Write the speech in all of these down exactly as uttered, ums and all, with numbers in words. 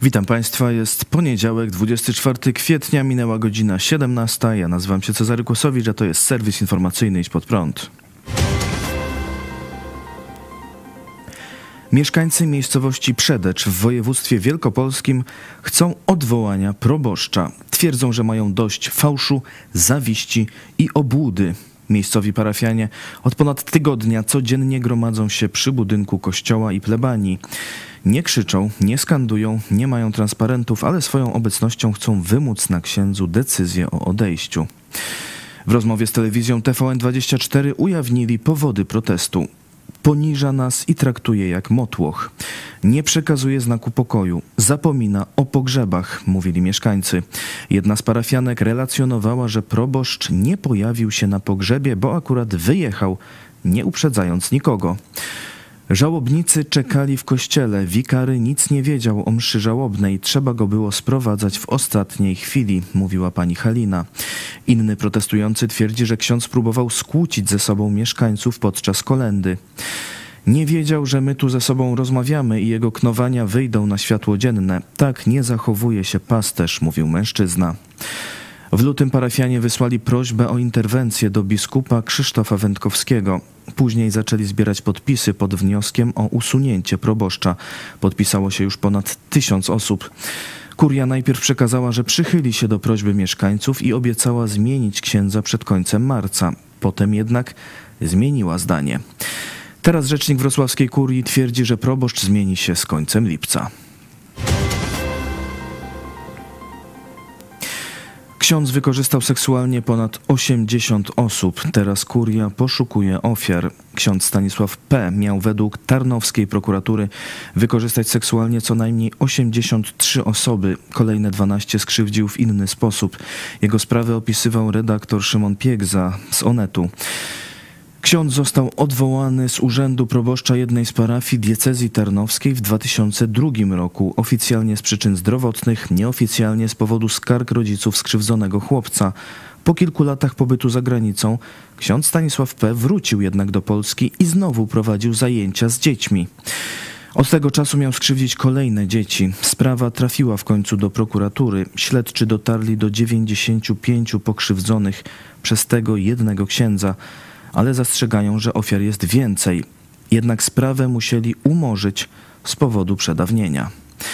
Witam Państwa, jest poniedziałek, dwudziestego czwartego kwietnia, minęła godzina siedemnasta. Ja nazywam się Cezary Kłosowicz, a to jest serwis informacyjny Idź Pod Prąd. Mieszkańcy miejscowości Przedecz w województwie wielkopolskim chcą odwołania proboszcza. Twierdzą, że mają dość fałszu, zawiści i obłudy. Miejscowi parafianie od ponad tygodnia codziennie gromadzą się przy budynku kościoła i plebanii. Nie krzyczą, nie skandują, nie mają transparentów, ale swoją obecnością chcą wymóc na księdzu decyzję o odejściu. W rozmowie z telewizją T V N dwadzieścia cztery ujawnili powody protestu. Poniża nas i traktuje jak motłoch. Nie przekazuje znaku pokoju. Zapomina o pogrzebach, mówili mieszkańcy. Jedna z parafianek relacjonowała, że proboszcz nie pojawił się na pogrzebie, bo akurat wyjechał, nie uprzedzając nikogo. Żałobnicy czekali w kościele. Wikary nic nie wiedział o mszy żałobnej. Trzeba go było sprowadzać w ostatniej chwili, mówiła pani Halina. Inny protestujący twierdzi, że ksiądz próbował skłócić ze sobą mieszkańców podczas kolędy. Nie wiedział, że my tu ze sobą rozmawiamy i jego knowania wyjdą na światło dzienne. Tak nie zachowuje się pasterz, mówił mężczyzna. W lutym parafianie wysłali prośbę o interwencję do biskupa Krzysztofa Wędkowskiego. Później zaczęli zbierać podpisy pod wnioskiem o usunięcie proboszcza. Podpisało się już ponad tysiąc osób. Kuria najpierw przekazała, że przychyli się do prośby mieszkańców i obiecała zmienić księdza przed końcem marca. Potem jednak zmieniła zdanie. Teraz rzecznik wrocławskiej kurii twierdzi, że proboszcz zmieni się z końcem lipca. Ksiądz wykorzystał seksualnie ponad osiemdziesiąt osób. Teraz kuria poszukuje ofiar. Ksiądz Stanisław P. miał według tarnowskiej prokuratury wykorzystać seksualnie co najmniej osiemdziesiąt trzy osoby. Kolejne dwanaście skrzywdził w inny sposób. Jego sprawę opisywał redaktor Szymon Piegza z Onetu. Ksiądz został odwołany z urzędu proboszcza jednej z parafii diecezji tarnowskiej w dwa tysiące drugim roku. Oficjalnie z przyczyn zdrowotnych, nieoficjalnie z powodu skarg rodziców skrzywdzonego chłopca. Po kilku latach pobytu za granicą ksiądz Stanisław P. wrócił jednak do Polski i znowu prowadził zajęcia z dziećmi. Od tego czasu miał skrzywdzić kolejne dzieci. Sprawa trafiła w końcu do prokuratury. Śledczy dotarli do dziewięćdziesięciu pięciu pokrzywdzonych przez tego jednego księdza. Ale zastrzegają, że ofiar jest więcej. Jednak sprawę musieli umorzyć z powodu przedawnienia.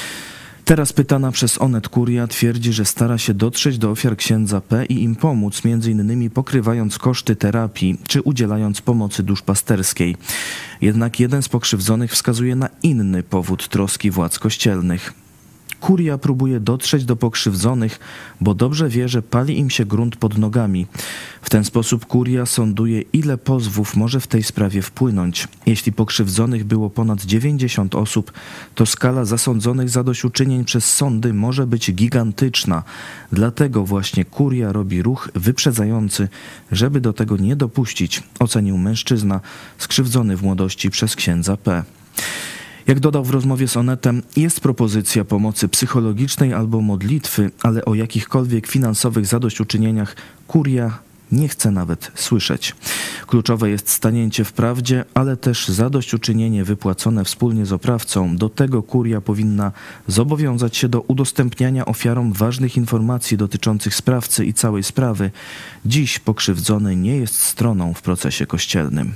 Teraz pytana przez Onet Kuria twierdzi, że stara się dotrzeć do ofiar księdza P. i im pomóc, między innymi pokrywając koszty terapii czy udzielając pomocy duszpasterskiej. Jednak jeden z pokrzywdzonych wskazuje na inny powód troski władz kościelnych. Kuria próbuje dotrzeć do pokrzywdzonych, bo dobrze wie, że pali im się grunt pod nogami. W ten sposób kuria sąduje, ile pozwów może w tej sprawie wpłynąć. Jeśli pokrzywdzonych było ponad dziewięćdziesiąt osób, to skala zasądzonych zadośćuczynień przez sądy może być gigantyczna. Dlatego właśnie kuria robi ruch wyprzedzający, żeby do tego nie dopuścić, ocenił mężczyzna skrzywdzony w młodości przez księdza P. Jak dodał w rozmowie z Onetem, jest propozycja pomocy psychologicznej albo modlitwy, ale o jakichkolwiek finansowych zadośćuczynieniach kuria nie chce nawet słyszeć. Kluczowe jest stanięcie w prawdzie, ale też zadośćuczynienie wypłacone wspólnie z oprawcą. Do tego kuria powinna zobowiązać się do udostępniania ofiarom ważnych informacji dotyczących sprawcy i całej sprawy. Dziś pokrzywdzony nie jest stroną w procesie kościelnym.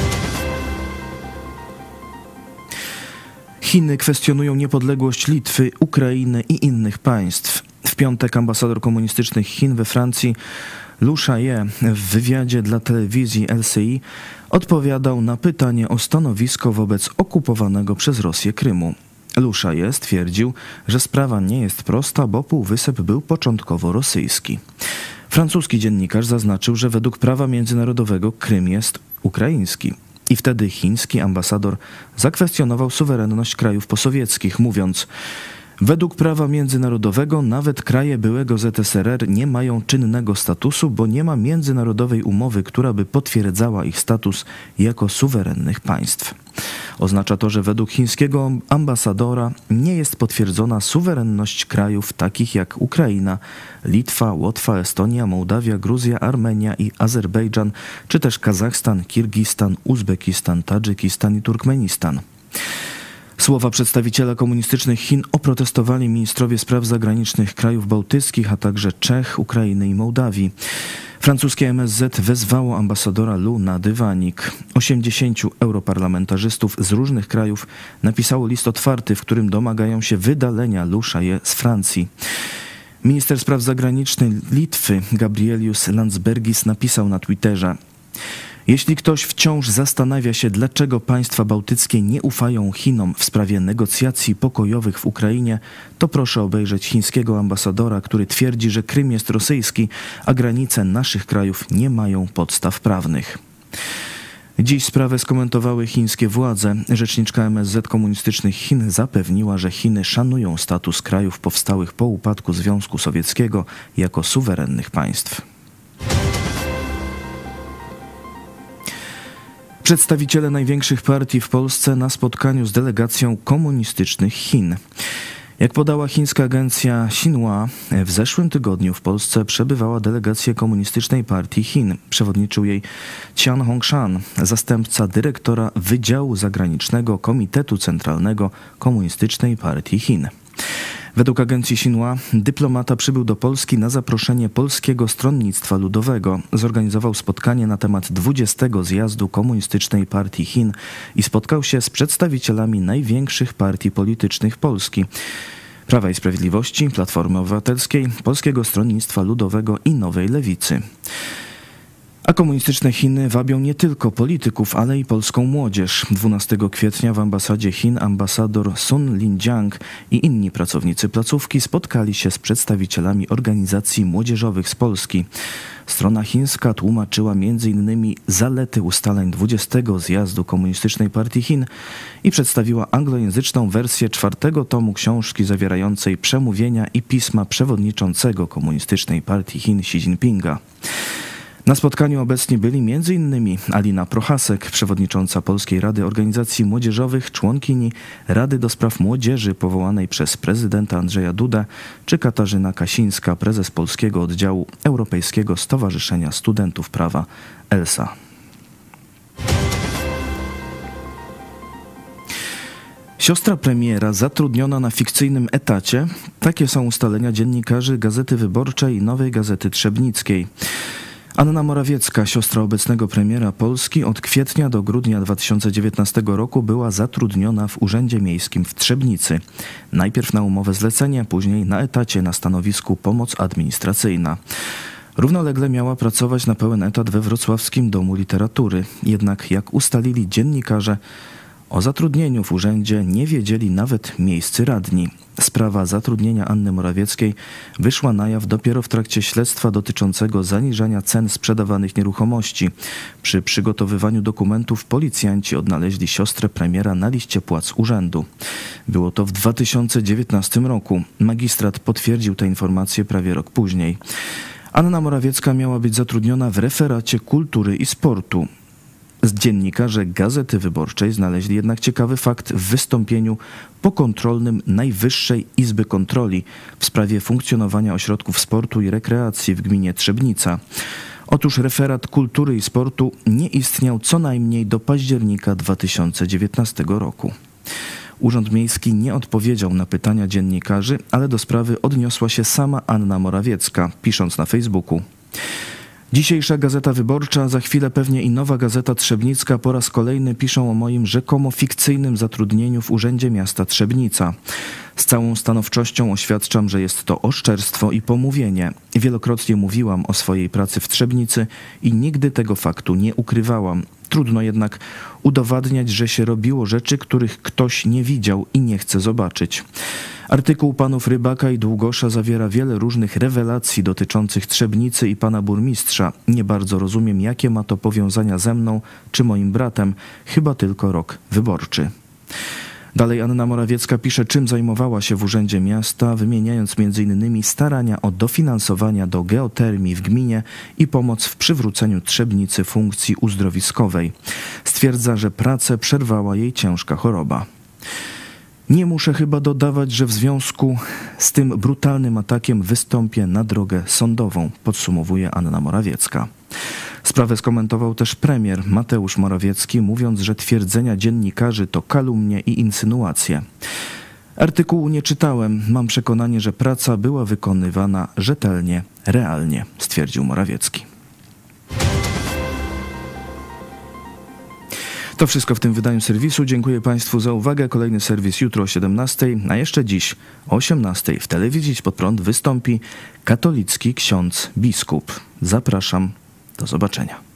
Chiny kwestionują niepodległość Litwy, Ukrainy i innych państw. W piątek ambasador komunistycznych Chin we Francji Liu Shaye w wywiadzie dla telewizji L C I odpowiadał na pytanie o stanowisko wobec okupowanego przez Rosję Krymu. Liu Shaye stwierdził, że sprawa nie jest prosta, bo półwysep był początkowo rosyjski. Francuski dziennikarz zaznaczył, że według prawa międzynarodowego Krym jest ukraiński. I wtedy chiński ambasador zakwestionował suwerenność krajów posowieckich, mówiąc: według prawa międzynarodowego nawet kraje byłego Z S R R nie mają czynnego statusu, bo nie ma międzynarodowej umowy, która by potwierdzała ich status jako suwerennych państw. Oznacza to, że według chińskiego ambasadora nie jest potwierdzona suwerenność krajów takich jak Ukraina, Litwa, Łotwa, Estonia, Mołdawia, Gruzja, Armenia i Azerbejdżan, czy też Kazachstan, Kirgistan, Uzbekistan, Tadżykistan i Turkmenistan. Słowa przedstawiciela komunistycznych Chin oprotestowali ministrowie spraw zagranicznych krajów bałtyckich, a także Czech, Ukrainy i Mołdawii. Francuskie M S Z wezwało ambasadora Lu na dywanik. osiemdziesięciu europarlamentarzystów z różnych krajów napisało list otwarty, w którym domagają się wydalenia Lu Shaye z Francji. Minister spraw zagranicznych Litwy Gabrielius Landsbergis napisał na Twitterze: jeśli ktoś wciąż zastanawia się, dlaczego państwa bałtyckie nie ufają Chinom w sprawie negocjacji pokojowych w Ukrainie, to proszę obejrzeć chińskiego ambasadora, który twierdzi, że Krym jest rosyjski, a granice naszych krajów nie mają podstaw prawnych. Dziś sprawę skomentowały chińskie władze. Rzeczniczka M S Z komunistycznych Chin zapewniła, że Chiny szanują status krajów powstałych po upadku Związku Sowieckiego jako suwerennych państw. Przedstawiciele największych partii w Polsce na spotkaniu z delegacją komunistycznych Chin. Jak podała chińska agencja Xinhua, w zeszłym tygodniu w Polsce przebywała delegacja komunistycznej partii Chin. Przewodniczył jej Qian Hongshan, zastępca dyrektora Wydziału Zagranicznego Komitetu Centralnego Komunistycznej Partii Chin. Według agencji Xinhua dyplomata przybył do Polski na zaproszenie Polskiego Stronnictwa Ludowego. Zorganizował spotkanie na temat dwudziestego zjazdu Komunistycznej Partii Chin i spotkał się z przedstawicielami największych partii politycznych Polski: Prawa i Sprawiedliwości, Platformy Obywatelskiej, Polskiego Stronnictwa Ludowego i Nowej Lewicy. A komunistyczne Chiny wabią nie tylko polityków, ale i polską młodzież. dwunastego kwietnia w ambasadzie Chin ambasador Sun Linjiang i inni pracownicy placówki spotkali się z przedstawicielami organizacji młodzieżowych z Polski. Strona chińska tłumaczyła między innymi zalety ustaleń dwudziestego zjazdu Komunistycznej Partii Chin i przedstawiła anglojęzyczną wersję czwartego tomu książki zawierającej przemówienia i pisma przewodniczącego Komunistycznej Partii Chin Xi Jinpinga. Na spotkaniu obecni byli między innymi Alina Prochasek, przewodnicząca Polskiej Rady Organizacji Młodzieżowych, członkini Rady do Spraw Młodzieży powołanej przez prezydenta Andrzeja Dudę, czy Katarzyna Kasińska, prezes Polskiego Oddziału Europejskiego Stowarzyszenia Studentów Prawa ELSA. Siostra premiera zatrudniona na fikcyjnym etacie. Takie są ustalenia dziennikarzy Gazety Wyborczej i Nowej Gazety Trzebnickiej. Anna Morawiecka, siostra obecnego premiera Polski, od kwietnia do grudnia dwa tysiące dziewiętnastego roku była zatrudniona w Urzędzie Miejskim w Trzebnicy. Najpierw na umowę zlecenie, później na etacie na stanowisku pomoc administracyjna. Równolegle miała pracować na pełen etat we Wrocławskim Domu Literatury. Jednak, jak ustalili dziennikarze, o zatrudnieniu w urzędzie nie wiedzieli nawet miejscy radni. Sprawa zatrudnienia Anny Morawieckiej wyszła na jaw dopiero w trakcie śledztwa dotyczącego zaniżania cen sprzedawanych nieruchomości. Przy przygotowywaniu dokumentów policjanci odnaleźli siostrę premiera na liście płac urzędu. Było to w dwa tysiące dziewiętnastym roku. Magistrat potwierdził tę informację prawie rok później. Anna Morawiecka miała być zatrudniona w referacie kultury i sportu. Dziennikarze Gazety Wyborczej znaleźli jednak ciekawy fakt w wystąpieniu pokontrolnym Najwyższej Izby Kontroli w sprawie funkcjonowania ośrodków sportu i rekreacji w gminie Trzebnica. Otóż referat kultury i sportu nie istniał co najmniej do października dwa tysiące dziewiętnastego roku. Urząd Miejski nie odpowiedział na pytania dziennikarzy, ale do sprawy odniosła się sama Anna Morawiecka, pisząc na Facebooku: Dzisiejsza Gazeta Wyborcza, za chwilę pewnie i Nowa Gazeta Trzebnicka po raz kolejny piszą o moim rzekomo fikcyjnym zatrudnieniu w Urzędzie Miasta Trzebnica. Z całą stanowczością oświadczam, że jest to oszczerstwo i pomówienie. Wielokrotnie mówiłam o swojej pracy w Trzebnicy i nigdy tego faktu nie ukrywałam. Trudno jednak udowadniać, że się robiło rzeczy, których ktoś nie widział i nie chce zobaczyć. Artykuł panów Rybaka i Długosza zawiera wiele różnych rewelacji dotyczących Trzebnicy i pana burmistrza. Nie bardzo rozumiem, jakie ma to powiązania ze mną czy moim bratem. Chyba tylko rok wyborczy. Dalej Anna Morawiecka pisze, czym zajmowała się w Urzędzie Miasta, wymieniając między innymi starania o dofinansowania do geotermii w gminie i pomoc w przywróceniu Trzebnicy funkcji uzdrowiskowej. Stwierdza, że pracę przerwała jej ciężka choroba. Nie muszę chyba dodawać, że w związku z tym brutalnym atakiem wystąpię na drogę sądową, podsumowuje Anna Morawiecka. Sprawę skomentował też premier Mateusz Morawiecki, mówiąc, że twierdzenia dziennikarzy to kalumnie i insynuacje. Artykułu nie czytałem. Mam przekonanie, że praca była wykonywana rzetelnie, realnie, stwierdził Morawiecki. To wszystko w tym wydaniu serwisu. Dziękuję Państwu za uwagę. Kolejny serwis jutro o siedemnastej, a jeszcze dziś o osiemnastej w telewizji Idź Pod Prąd wystąpi katolicki ksiądz biskup. Zapraszam. Do zobaczenia.